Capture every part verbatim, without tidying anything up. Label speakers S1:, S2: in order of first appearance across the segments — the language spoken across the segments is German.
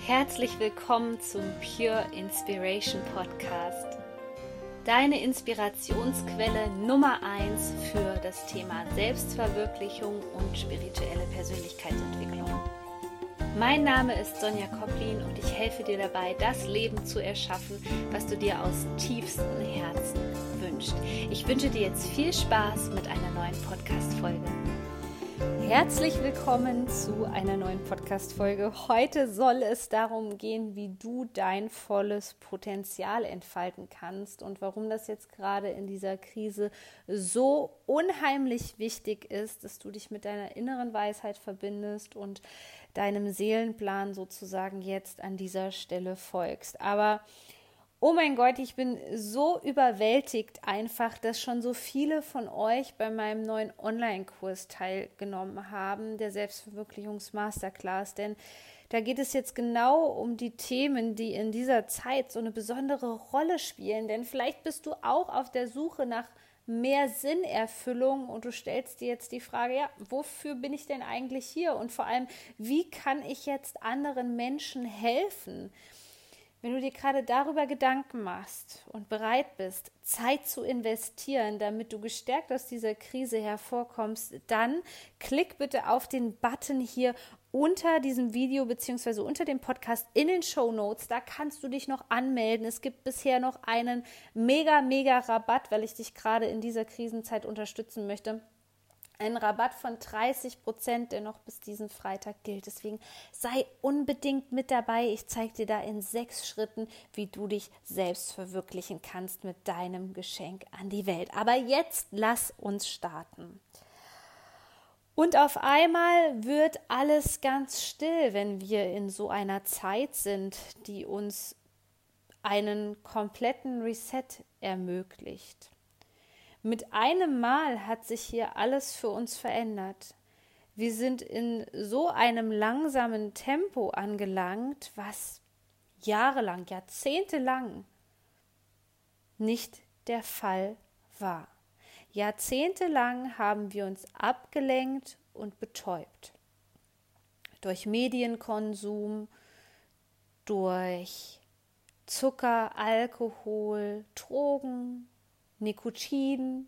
S1: Herzlich willkommen zum Pure Inspiration Podcast. Deine Inspirationsquelle Nummer eins für das Thema Selbstverwirklichung und spirituelle Persönlichkeitsentwicklung. Mein Name ist Sonja Koplin und ich helfe dir dabei, das Leben zu erschaffen, was du dir aus tiefstem Herzen wünschst. Ich wünsche dir jetzt viel Spaß mit einer neuen Podcast-Folge. Herzlich willkommen zu einer neuen Podcast-Folge. Heute soll es darum gehen, wie du dein volles Potenzial entfalten kannst und warum das jetzt gerade in dieser Krise so unheimlich wichtig ist, dass du dich mit deiner inneren Weisheit verbindest und deinem Seelenplan sozusagen jetzt an dieser Stelle folgst. Aber oh mein Gott, ich bin so überwältigt einfach, dass schon so viele von euch bei meinem neuen Online-Kurs teilgenommen haben, der Selbstverwirklichungs-Masterclass. Denn da geht es jetzt genau um die Themen, die in dieser Zeit so eine besondere Rolle spielen. Denn vielleicht bist du auch auf der Suche nach mehr Sinnerfüllung und du stellst dir jetzt die Frage, ja, wofür bin ich denn eigentlich hier? Und vor allem, wie kann ich jetzt anderen Menschen helfen? Wenn du dir gerade darüber Gedanken machst und bereit bist, Zeit zu investieren, damit du gestärkt aus dieser Krise hervorkommst, dann klick bitte auf den Button hier unter diesem Video bzw. unter dem Podcast in den Shownotes. Da kannst du dich noch anmelden. Es gibt bisher noch einen mega, mega Rabatt, weil ich dich gerade in dieser Krisenzeit unterstützen möchte. Ein Rabatt von dreißig Prozent, der noch bis diesen Freitag gilt. Deswegen sei unbedingt mit dabei. Ich zeige dir da in sechs Schritten, wie du dich selbst verwirklichen kannst mit deinem Geschenk an die Welt. Aber jetzt lass uns starten. Und auf einmal wird alles ganz still, wenn wir in so einer Zeit sind, die uns einen kompletten Reset ermöglicht. Mit einem Mal hat sich hier alles für uns verändert. Wir sind in so einem langsamen Tempo angelangt, was jahrelang, jahrzehntelang nicht der Fall war. Jahrzehntelang haben wir uns abgelenkt und betäubt. Durch Medienkonsum, durch Zucker, Alkohol, Drogen, Nikotin,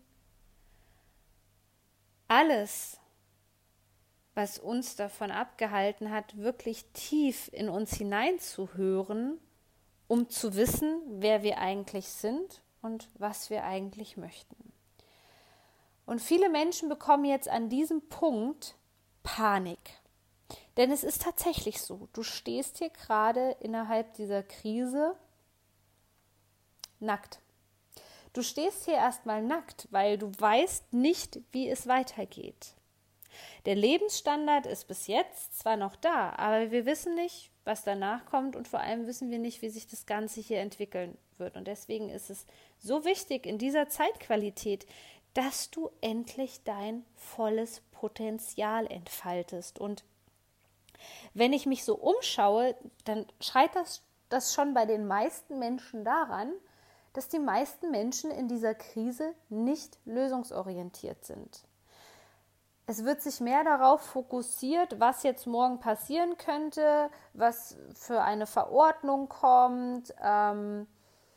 S1: alles, was uns davon abgehalten hat, wirklich tief in uns hineinzuhören, um zu wissen, wer wir eigentlich sind und was wir eigentlich möchten. Und viele Menschen bekommen jetzt an diesem Punkt Panik. Denn es ist tatsächlich so, du stehst hier gerade innerhalb dieser Krise nackt. Du stehst hier erstmal nackt, weil du weißt nicht, wie es weitergeht. Der Lebensstandard ist bis jetzt zwar noch da, aber wir wissen nicht, was danach kommt und vor allem wissen wir nicht, wie sich das Ganze hier entwickeln wird. Und deswegen ist es so wichtig in dieser Zeitqualität, dass du endlich dein volles Potenzial entfaltest. Und wenn ich mich so umschaue, dann schreit das, das schon bei den meisten Menschen daran, dass die meisten Menschen in dieser Krise nicht lösungsorientiert sind. Es wird sich mehr darauf fokussiert, was jetzt morgen passieren könnte, was für eine Verordnung kommt, ähm,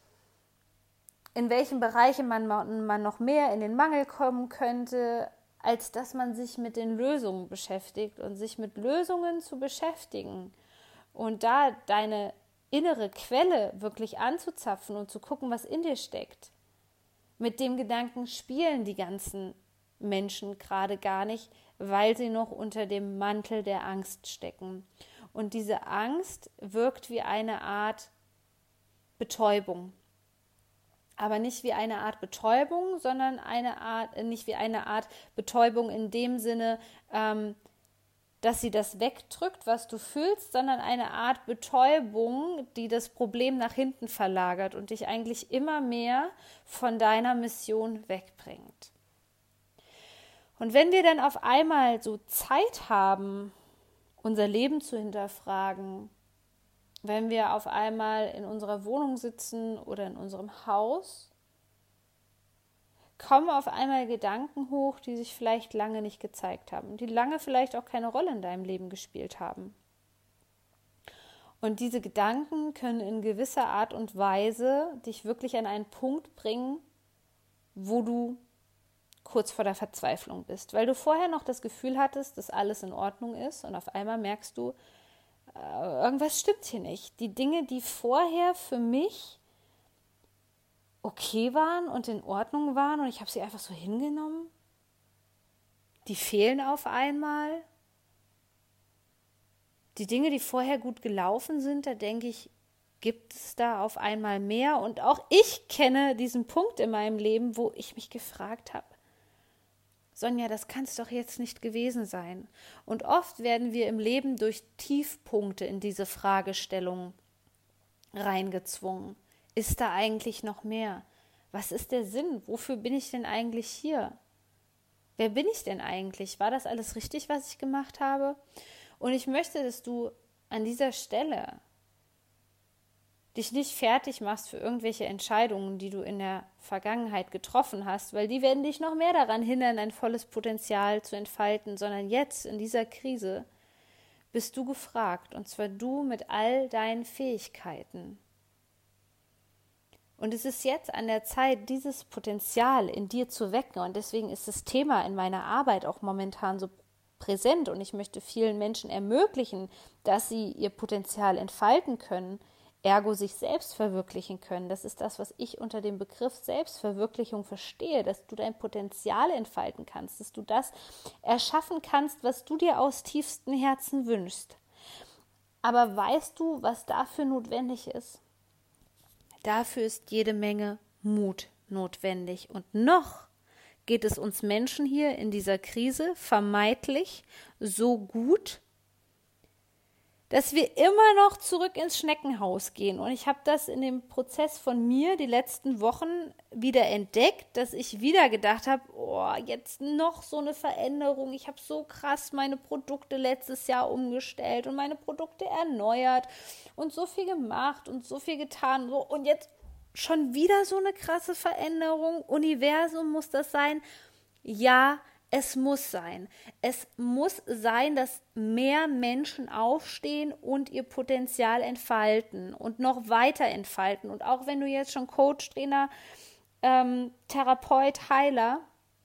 S1: in welchen Bereichen man, man noch mehr in den Mangel kommen könnte, als dass man sich mit den Lösungen beschäftigt. Und sich mit Lösungen zu beschäftigen und da deine innere Quelle wirklich anzuzapfen und zu gucken, was in dir steckt. Mit dem Gedanken spielen die ganzen Menschen gerade gar nicht, weil sie noch unter dem Mantel der Angst stecken. Und diese Angst wirkt wie eine Art Betäubung. Aber nicht wie eine Art Betäubung, sondern eine Art, nicht wie eine Art Betäubung in dem Sinne, ähm, dass sie das wegdrückt, was du fühlst, sondern eine Art Betäubung, die das Problem nach hinten verlagert und dich eigentlich immer mehr von deiner Mission wegbringt. Und wenn wir dann auf einmal so Zeit haben, unser Leben zu hinterfragen, wenn wir auf einmal in unserer Wohnung sitzen oder in unserem Haus, kommen auf einmal Gedanken hoch, die sich vielleicht lange nicht gezeigt haben, die lange vielleicht auch keine Rolle in deinem Leben gespielt haben. Und diese Gedanken können in gewisser Art und Weise dich wirklich an einen Punkt bringen, wo du kurz vor der Verzweiflung bist, weil du vorher noch das Gefühl hattest, dass alles in Ordnung ist und auf einmal merkst du, äh, irgendwas stimmt hier nicht. Die Dinge, die vorher für mich okay waren und in Ordnung waren und ich habe sie einfach so hingenommen, die fehlen auf einmal. Die Dinge, die vorher gut gelaufen sind, da denke ich, gibt es da auf einmal mehr? Und auch ich kenne diesen Punkt in meinem Leben, wo ich mich gefragt habe, Sonja, das kann es doch jetzt nicht gewesen sein. Und oft werden wir im Leben durch Tiefpunkte in diese Fragestellung reingezwungen. Ist da eigentlich noch mehr? Was ist der Sinn? Wofür bin ich denn eigentlich hier? Wer bin ich denn eigentlich? War das alles richtig, was ich gemacht habe? Und ich möchte, dass du an dieser Stelle dich nicht fertig machst für irgendwelche Entscheidungen, die du in der Vergangenheit getroffen hast, weil die werden dich noch mehr daran hindern, ein volles Potenzial zu entfalten, sondern jetzt in dieser Krise bist du gefragt, und zwar du mit all deinen Fähigkeiten. Und es ist jetzt an der Zeit, dieses Potenzial in dir zu wecken, und deswegen ist das Thema in meiner Arbeit auch momentan so präsent und ich möchte vielen Menschen ermöglichen, dass sie ihr Potenzial entfalten können, ergo sich selbst verwirklichen können. Das ist das, was ich unter dem Begriff Selbstverwirklichung verstehe, dass du dein Potenzial entfalten kannst, dass du das erschaffen kannst, was du dir aus tiefstem Herzen wünschst. Aber weißt du, was dafür notwendig ist? Dafür ist jede Menge Mut notwendig. Und noch geht es uns Menschen hier in dieser Krise vermeintlich so gut, dass wir immer noch zurück ins Schneckenhaus gehen. Und ich habe das in dem Prozess von mir die letzten Wochen wieder entdeckt, dass ich wieder gedacht habe, oh, jetzt noch so eine Veränderung. Ich habe so krass meine Produkte letztes Jahr umgestellt und meine Produkte erneuert und so viel gemacht und so viel getan. Und jetzt schon wieder so eine krasse Veränderung. Universum, muss das sein? Ja, es muss sein. Es muss sein, dass mehr Menschen aufstehen und ihr Potenzial entfalten und noch weiter entfalten. Und auch wenn du jetzt schon Coach, Trainer, ähm, Therapeut, Heiler,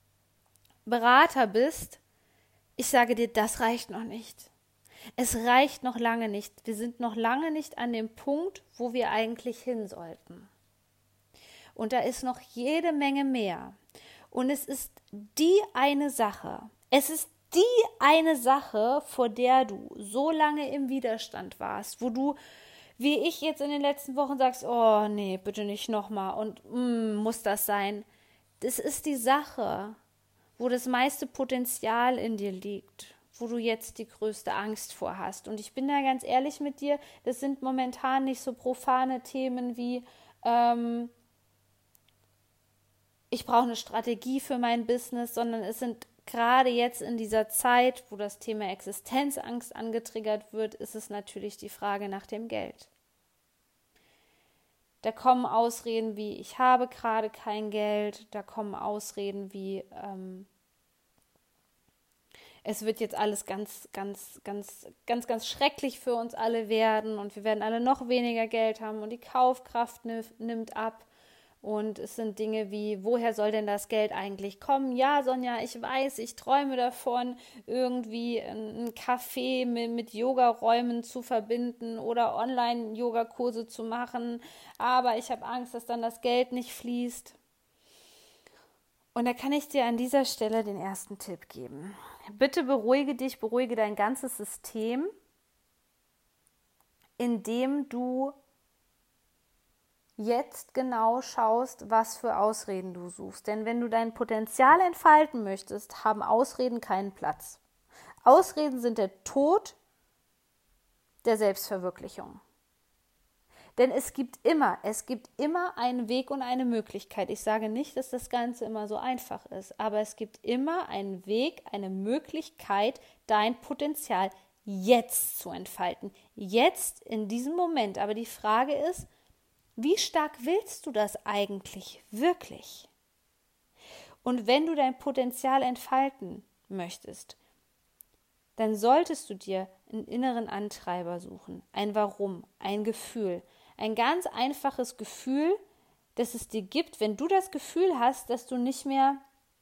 S1: Berater bist, ich sage dir, das reicht noch nicht. Es reicht noch lange nicht. Wir sind noch lange nicht an dem Punkt, wo wir eigentlich hin sollten. Und da ist noch jede Menge mehr. Und es ist die eine Sache, es ist die eine Sache, vor der du so lange im Widerstand warst, wo du, wie ich jetzt in den letzten Wochen sagst, oh nee, bitte nicht nochmal und mm, muss das sein. Das ist die Sache, wo das meiste Potenzial in dir liegt, wo du jetzt die größte Angst vor hast. Und ich bin da ganz ehrlich mit dir, das sind momentan nicht so profane Themen wie ähm, ich brauche eine Strategie für mein Business, sondern es sind gerade jetzt in dieser Zeit, wo das Thema Existenzangst angetriggert wird, ist es natürlich die Frage nach dem Geld. Da kommen Ausreden wie, ich habe gerade kein Geld, da kommen Ausreden wie, ähm, es wird jetzt alles ganz, ganz, ganz, ganz, ganz schrecklich für uns alle werden und wir werden alle noch weniger Geld haben und die Kaufkraft nimmt ab. Und es sind Dinge wie, woher soll denn das Geld eigentlich kommen? Ja, Sonja, ich weiß, ich träume davon, irgendwie ein Café mit, mit Yoga-Räumen zu verbinden oder Online-Yoga-Kurse zu machen. Aber ich habe Angst, dass dann das Geld nicht fließt. Und da kann ich dir an dieser Stelle den ersten Tipp geben. Bitte beruhige dich, beruhige dein ganzes System, indem du jetzt genau schaust, was für Ausreden du suchst. Denn wenn du dein Potenzial entfalten möchtest, haben Ausreden keinen Platz. Ausreden sind der Tod der Selbstverwirklichung. Denn es gibt immer, es gibt immer einen Weg und eine Möglichkeit. Ich sage nicht, dass das Ganze immer so einfach ist, aber es gibt immer einen Weg, eine Möglichkeit, dein Potenzial jetzt zu entfalten. Jetzt, in diesem Moment. Aber die Frage ist, wie stark willst du das eigentlich wirklich? Und wenn du dein Potenzial entfalten möchtest, dann solltest du dir einen inneren Antreiber suchen, ein Warum, ein Gefühl, ein ganz einfaches Gefühl, das es dir gibt, wenn du das Gefühl hast, dass du nicht mehr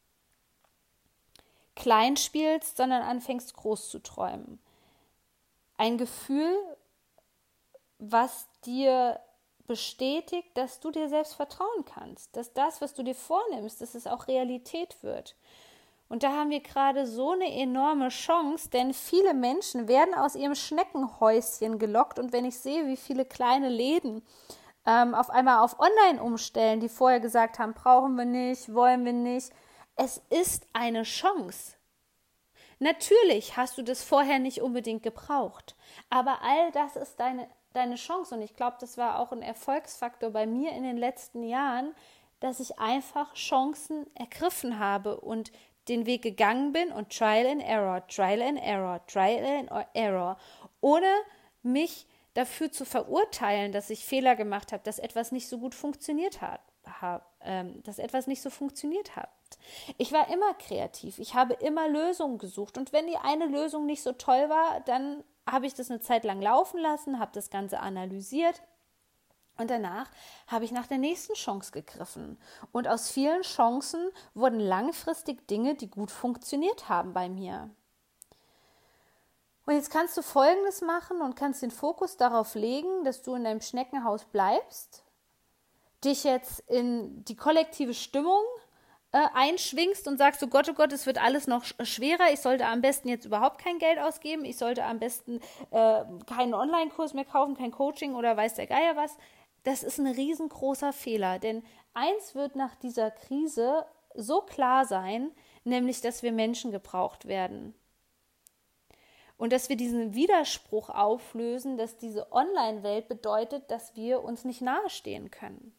S1: klein spielst, sondern anfängst groß zu träumen. Ein Gefühl, was dir bestätigt, dass du dir selbst vertrauen kannst, dass das, was du dir vornimmst, dass es auch Realität wird. Und da haben wir gerade so eine enorme Chance, denn viele Menschen werden aus ihrem Schneckenhäuschen gelockt. Und wenn ich sehe, wie viele kleine Läden ähm, auf einmal auf Online umstellen, die vorher gesagt haben, brauchen wir nicht, wollen wir nicht, es ist eine Chance. Natürlich hast du das vorher nicht unbedingt gebraucht, aber all das ist deine, deine Chance. Und ich glaube, das war auch ein Erfolgsfaktor bei mir in den letzten Jahren, dass ich einfach Chancen ergriffen habe und den Weg gegangen bin und Trial and Error, Trial and Error, Trial and Error, ohne mich dafür zu verurteilen, dass ich Fehler gemacht habe, dass etwas nicht so gut funktioniert hat, hab, ähm, dass etwas nicht so funktioniert hat. Ich war immer kreativ, ich habe immer Lösungen gesucht und wenn die eine Lösung nicht so toll war, dann habe ich das eine Zeit lang laufen lassen, habe das Ganze analysiert. Und danach habe ich nach der nächsten Chance gegriffen. Und aus vielen Chancen wurden langfristig Dinge, die gut funktioniert haben bei mir. Und jetzt kannst du Folgendes machen und kannst den Fokus darauf legen, dass du in deinem Schneckenhaus bleibst, dich jetzt in die kollektive Stimmung äh, einschwingst und sagst, oh Gott, oh Gott, es wird alles noch schwerer, ich sollte am besten jetzt überhaupt kein Geld ausgeben, ich sollte am besten äh, keinen Online-Kurs mehr kaufen, kein Coaching oder weiß der Geier was. Das ist ein riesengroßer Fehler, denn eins wird nach dieser Krise so klar sein, nämlich, dass wir Menschen gebraucht werden. Und dass wir diesen Widerspruch auflösen, dass diese Online-Welt bedeutet, dass wir uns nicht nahestehen können.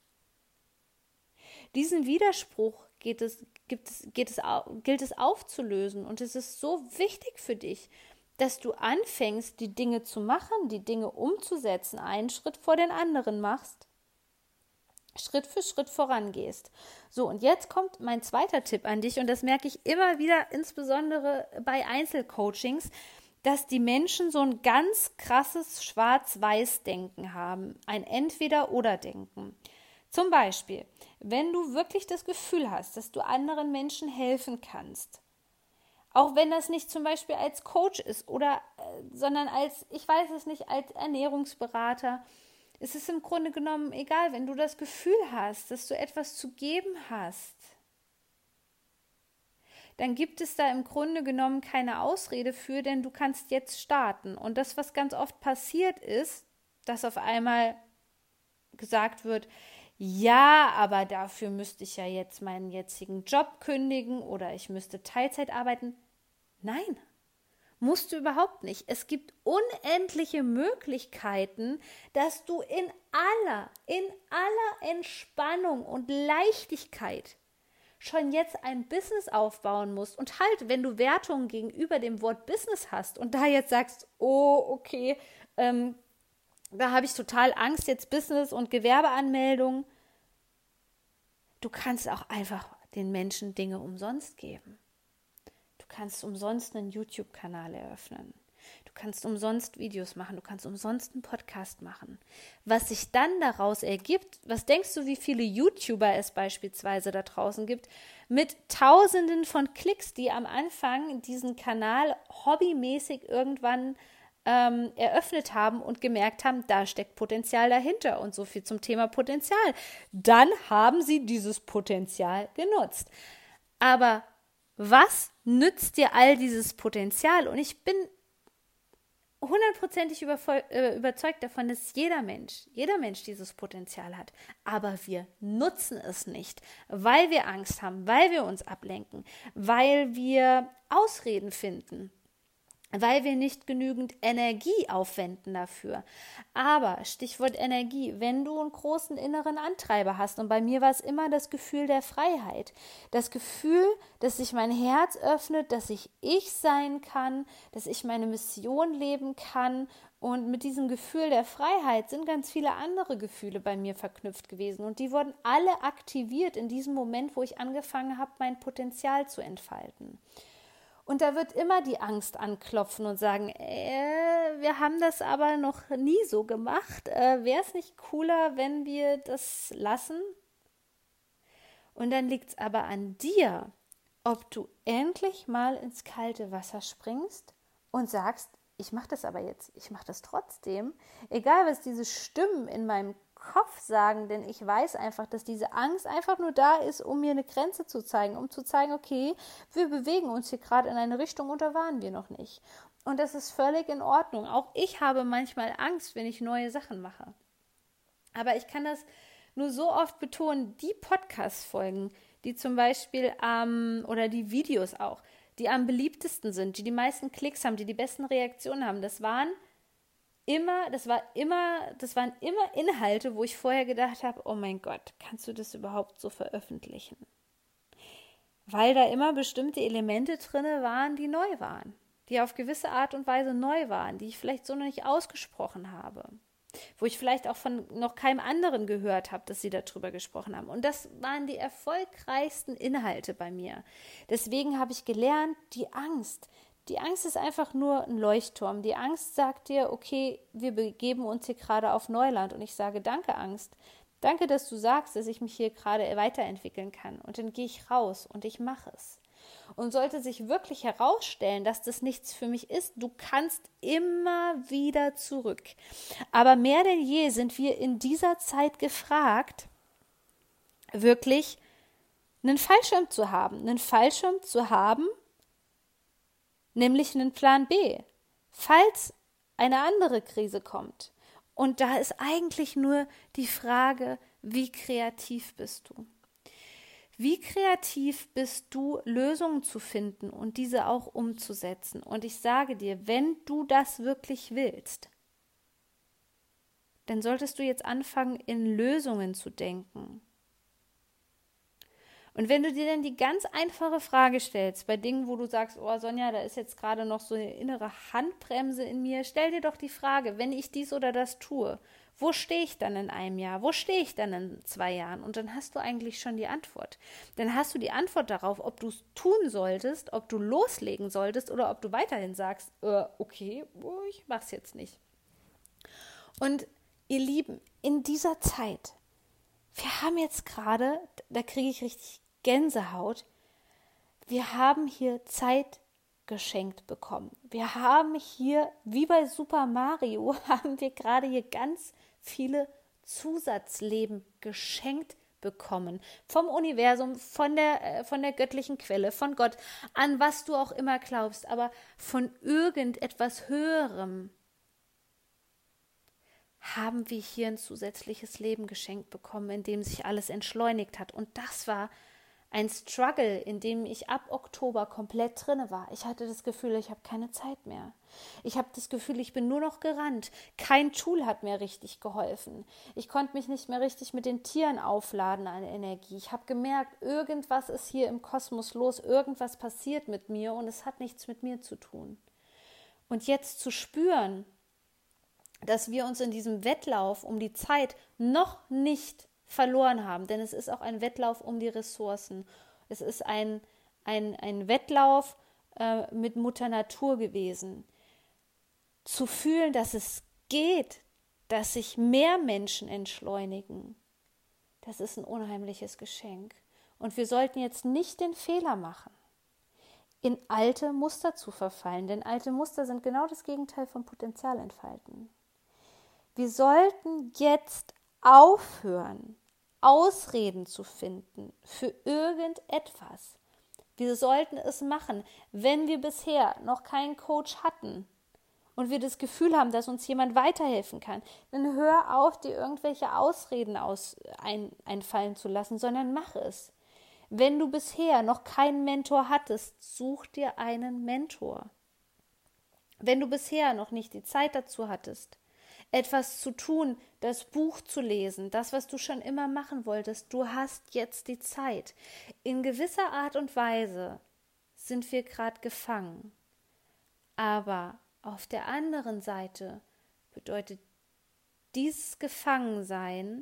S1: Diesen Widerspruch geht es, gibt es, geht es, gilt es aufzulösen und es ist so wichtig für dich, dass du anfängst, die Dinge zu machen, die Dinge umzusetzen, einen Schritt vor den anderen machst, Schritt für Schritt vorangehst. So, und jetzt kommt mein zweiter Tipp an dich und das merke ich immer wieder, insbesondere bei Einzelcoachings, dass die Menschen so ein ganz krasses Schwarz-Weiß-Denken haben, ein Entweder-oder-Denken. Zum Beispiel, wenn du wirklich das Gefühl hast, dass du anderen Menschen helfen kannst, auch wenn das nicht zum Beispiel als Coach ist oder, äh, sondern als, ich weiß es nicht, als Ernährungsberater. Es ist im Grunde genommen egal, wenn du das Gefühl hast, dass du etwas zu geben hast, dann gibt es da im Grunde genommen keine Ausrede für, denn du kannst jetzt starten. Und das, was ganz oft passiert ist, dass auf einmal gesagt wird, ja, aber dafür müsste ich ja jetzt meinen jetzigen Job kündigen oder ich müsste Teilzeit arbeiten. Nein, musst du überhaupt nicht. Es gibt unendliche Möglichkeiten, dass du in aller, in aller Entspannung und Leichtigkeit schon jetzt ein Business aufbauen musst. Und halt, wenn du Wertungen gegenüber dem Wort Business hast und da jetzt sagst, oh, okay, ähm, da habe ich total Angst, jetzt Business und Gewerbeanmeldung. Du kannst auch einfach den Menschen Dinge umsonst geben. Du kannst umsonst einen YouTube-Kanal eröffnen. Du kannst umsonst Videos machen. Du kannst umsonst einen Podcast machen. Was sich dann daraus ergibt, was denkst du, wie viele YouTuber es beispielsweise da draußen gibt, mit Tausenden von Klicks, die am Anfang diesen Kanal hobbymäßig irgendwann Ähm, eröffnet haben und gemerkt haben, da steckt Potenzial dahinter und so viel zum Thema Potenzial. Dann haben sie dieses Potenzial genutzt. Aber was nützt dir all dieses Potenzial? Und ich bin hundertprozentig überzeugt davon, dass jeder Mensch, jeder Mensch dieses Potenzial hat. Aber wir nutzen es nicht, weil wir Angst haben, weil wir uns ablenken, weil wir Ausreden finden, weil wir nicht genügend Energie aufwenden dafür. Aber Stichwort Energie, wenn du einen großen inneren Antreiber hast, und bei mir war es immer das Gefühl der Freiheit, das Gefühl, dass sich mein Herz öffnet, dass ich ich sein kann, dass ich meine Mission leben kann, und mit diesem Gefühl der Freiheit sind ganz viele andere Gefühle bei mir verknüpft gewesen und die wurden alle aktiviert in diesem Moment, wo ich angefangen habe, mein Potenzial zu entfalten. Und da wird immer die Angst anklopfen und sagen, äh, wir haben das aber noch nie so gemacht. Äh, wäre es nicht cooler, wenn wir das lassen? Und dann liegt es aber an dir, ob du endlich mal ins kalte Wasser springst und sagst, ich mache das aber jetzt, ich mache das trotzdem. Egal, was diese Stimmen in meinem Kopf sagen, denn ich weiß einfach, dass diese Angst einfach nur da ist, um mir eine Grenze zu zeigen, um zu zeigen, okay, wir bewegen uns hier gerade in eine Richtung und da waren wir noch nicht. Und das ist völlig in Ordnung. Auch ich habe manchmal Angst, wenn ich neue Sachen mache. Aber ich kann das nur so oft betonen, die Podcast-Folgen, die zum Beispiel ähm, oder die Videos auch, die am beliebtesten sind, die die meisten Klicks haben, die die besten Reaktionen haben, das waren immer, das war immer, das waren immer Inhalte, wo ich vorher gedacht habe, oh mein Gott, kannst du das überhaupt so veröffentlichen? Weil da immer bestimmte Elemente drin waren, die neu waren, die auf gewisse Art und Weise neu waren, die ich vielleicht so noch nicht ausgesprochen habe, wo ich vielleicht auch von noch keinem anderen gehört habe, dass sie darüber gesprochen haben. Und das waren die erfolgreichsten Inhalte bei mir. Deswegen habe ich gelernt, die Angst, die Angst ist einfach nur ein Leuchtturm. Die Angst sagt dir, okay, wir begeben uns hier gerade auf Neuland. Und ich sage, danke Angst. Danke, dass du sagst, dass ich mich hier gerade weiterentwickeln kann. Und dann gehe ich raus und ich mache es. Und sollte sich wirklich herausstellen, dass das nichts für mich ist, du kannst immer wieder zurück. Aber mehr denn je sind wir in dieser Zeit gefragt, wirklich einen Fallschirm zu haben. Einen Fallschirm zu haben, nämlich einen Plan B, falls eine andere Krise kommt. Und da ist eigentlich nur die Frage, wie kreativ bist du? Wie kreativ bist du, Lösungen zu finden und diese auch umzusetzen? Und ich sage dir, wenn du das wirklich willst, dann solltest du jetzt anfangen, in Lösungen zu denken. Und wenn du dir dann die ganz einfache Frage stellst, bei Dingen, wo du sagst, oh Sonja, da ist jetzt gerade noch so eine innere Handbremse in mir, stell dir doch die Frage, wenn ich dies oder das tue, wo stehe ich dann in einem Jahr? Wo stehe ich dann in zwei Jahren? Und dann hast du eigentlich schon die Antwort. Dann hast du die Antwort darauf, ob du es tun solltest, ob du loslegen solltest oder ob du weiterhin sagst, äh, okay, ich mach's jetzt nicht. Und ihr Lieben, in dieser Zeit, wir haben jetzt gerade, da kriege ich richtig Gänsehaut, wir haben hier Zeit geschenkt bekommen. Wir haben hier, wie bei Super Mario, haben wir gerade hier ganz viele Zusatzleben geschenkt bekommen. Vom Universum, von der, von der göttlichen Quelle, von Gott, an was du auch immer glaubst, aber von irgendetwas Höherem haben wir hier ein zusätzliches Leben geschenkt bekommen, in dem sich alles entschleunigt hat. Und das war ein Struggle, in dem ich ab Oktober komplett drinne war. Ich hatte das Gefühl, ich habe keine Zeit mehr. Ich habe das Gefühl, ich bin nur noch gerannt. Kein Tool hat mir richtig geholfen. Ich konnte mich nicht mehr richtig mit den Tieren aufladen an Energie. Ich habe gemerkt, irgendwas ist hier im Kosmos los, irgendwas passiert mit mir und es hat nichts mit mir zu tun. Und jetzt zu spüren, dass wir uns in diesem Wettlauf um die Zeit noch nicht verloren haben, denn es ist auch ein Wettlauf um die Ressourcen. Es ist ein, ein, ein Wettlauf äh, mit Mutter Natur gewesen. Zu fühlen, dass es geht, dass sich mehr Menschen entschleunigen, das ist ein unheimliches Geschenk. Und wir sollten jetzt nicht den Fehler machen, in alte Muster zu verfallen, denn alte Muster sind genau das Gegenteil von Potenzial entfalten. Wir sollten jetzt aufhören, Ausreden zu finden für irgendetwas. Wir sollten es machen, wenn wir bisher noch keinen Coach hatten und wir das Gefühl haben, dass uns jemand weiterhelfen kann, dann hör auf, dir irgendwelche Ausreden aus, ein, einfallen zu lassen, sondern mach es. Wenn du bisher noch keinen Mentor hattest, such dir einen Mentor. Wenn du bisher noch nicht die Zeit dazu hattest, etwas zu tun, das Buch zu lesen, das, was du schon immer machen wolltest, du hast jetzt die Zeit. In gewisser Art und Weise sind wir gerade gefangen. Aber auf der anderen Seite bedeutet dieses Gefangensein,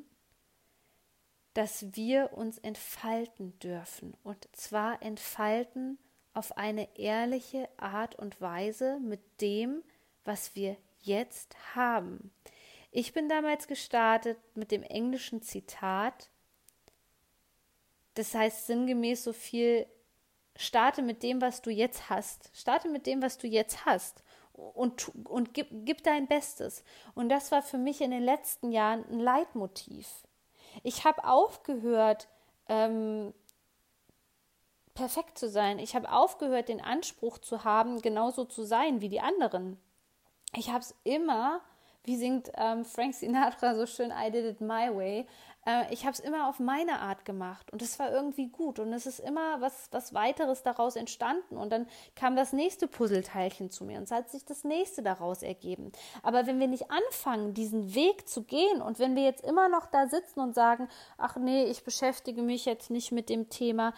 S1: dass wir uns entfalten dürfen. Und zwar entfalten auf eine ehrliche Art und Weise mit dem, was wir jetzt haben. Ich bin damals gestartet mit dem englischen Zitat, das heißt sinngemäß so viel: Starte mit dem, was du jetzt hast. Starte mit dem, was du jetzt hast. Und, und gib, gib dein Bestes. Und das war für mich in den letzten Jahren ein Leitmotiv. Ich habe aufgehört, ähm, perfekt zu sein. Ich habe aufgehört, den Anspruch zu haben, genauso zu sein wie die anderen. Ich habe es immer, wie singt ähm, Frank Sinatra so schön, I did it my way, äh, ich habe es immer auf meine Art gemacht und es war irgendwie gut und es ist immer was, was weiteres daraus entstanden und dann kam das nächste Puzzleteilchen zu mir und es hat sich das nächste daraus ergeben. Aber wenn wir nicht anfangen, diesen Weg zu gehen und wenn wir jetzt immer noch da sitzen und sagen, ach nee, ich beschäftige mich jetzt nicht mit dem Thema,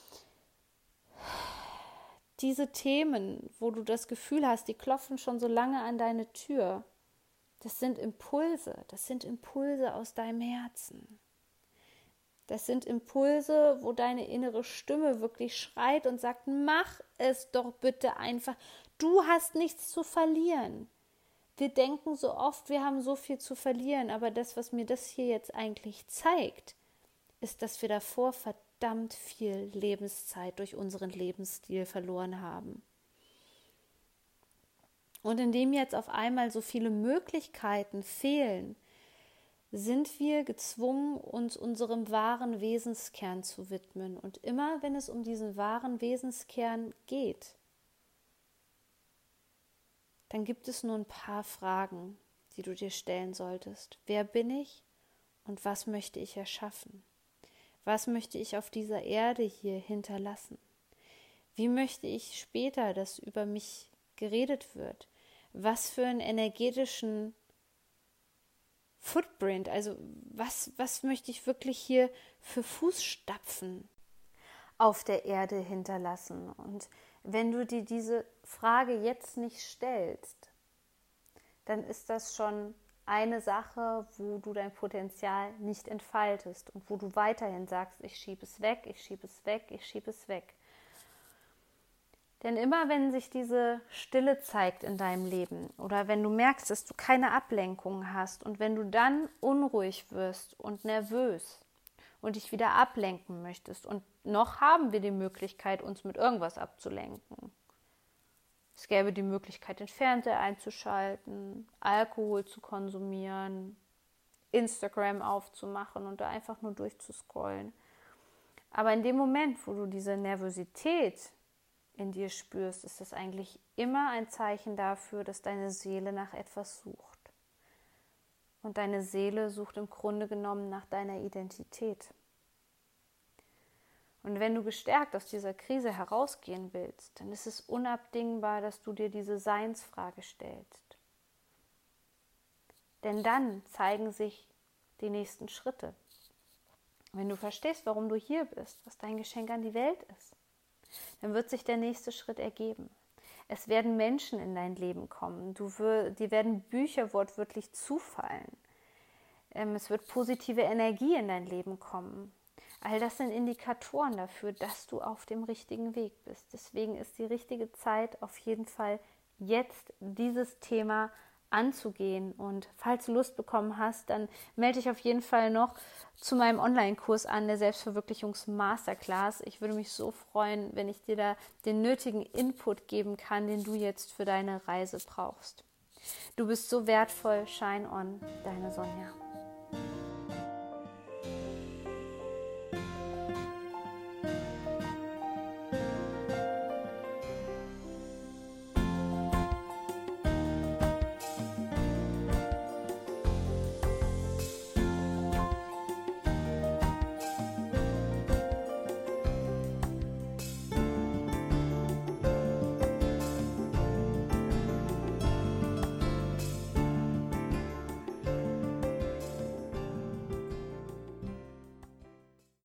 S1: diese Themen, wo du das Gefühl hast, die klopfen schon so lange an deine Tür, das sind Impulse, das sind Impulse aus deinem Herzen. Das sind Impulse, wo deine innere Stimme wirklich schreit und sagt, mach es doch bitte einfach. Du hast nichts zu verlieren. Wir denken so oft, wir haben so viel zu verlieren, aber das, was mir das hier jetzt eigentlich zeigt, ist, dass wir davor verdammt viel Lebenszeit durch unseren Lebensstil verloren haben. Und indem jetzt auf einmal so viele Möglichkeiten fehlen, sind wir gezwungen, uns unserem wahren Wesenskern zu widmen. Und immer, wenn es um diesen wahren Wesenskern geht, dann gibt es nur ein paar Fragen, die du dir stellen solltest. Wer bin ich und was möchte ich erschaffen? Was möchte ich auf dieser Erde hier hinterlassen? Wie möchte ich später, dass über mich geredet wird? Was für einen energetischen Footprint, also was, was möchte ich wirklich hier für Fußstapfen auf der Erde hinterlassen? Und wenn du dir diese Frage jetzt nicht stellst, dann ist das schon eine Sache, wo du dein Potenzial nicht entfaltest und wo du weiterhin sagst, ich schiebe es weg, ich schiebe es weg, ich schiebe es weg. Denn immer wenn sich diese Stille zeigt in deinem Leben oder wenn du merkst, dass du keine Ablenkung hast und wenn du dann unruhig wirst und nervös und dich wieder ablenken möchtest und noch haben wir die Möglichkeit, uns mit irgendwas abzulenken. Es gäbe die Möglichkeit, den Fernseher einzuschalten, Alkohol zu konsumieren, Instagram aufzumachen und da einfach nur durchzuscrollen. Aber in dem Moment, wo du diese Nervosität in dir spürst, ist das eigentlich immer ein Zeichen dafür, dass deine Seele nach etwas sucht. Und deine Seele sucht im Grunde genommen nach deiner Identität. Und wenn du gestärkt aus dieser Krise herausgehen willst, dann ist es unabdingbar, dass du dir diese Seinsfrage stellst. Denn dann zeigen sich die nächsten Schritte. Wenn du verstehst, warum du hier bist, was dein Geschenk an die Welt ist, dann wird sich der nächste Schritt ergeben. Es werden Menschen in dein Leben kommen. Du wir, dir werden Bücher wortwörtlich zufallen. Ähm, es wird positive Energie in dein Leben kommen. All das sind Indikatoren dafür, dass du auf dem richtigen Weg bist. Deswegen ist die richtige Zeit auf jeden Fall jetzt dieses Thema anzugehen. Und falls du Lust bekommen hast, dann melde dich auf jeden Fall noch zu meinem Online-Kurs an, der Selbstverwirklichungs-Masterclass. Ich würde mich so freuen, wenn ich dir da den nötigen Input geben kann, den du jetzt für deine Reise brauchst. Du bist so wertvoll. Shine on, deine Sonja.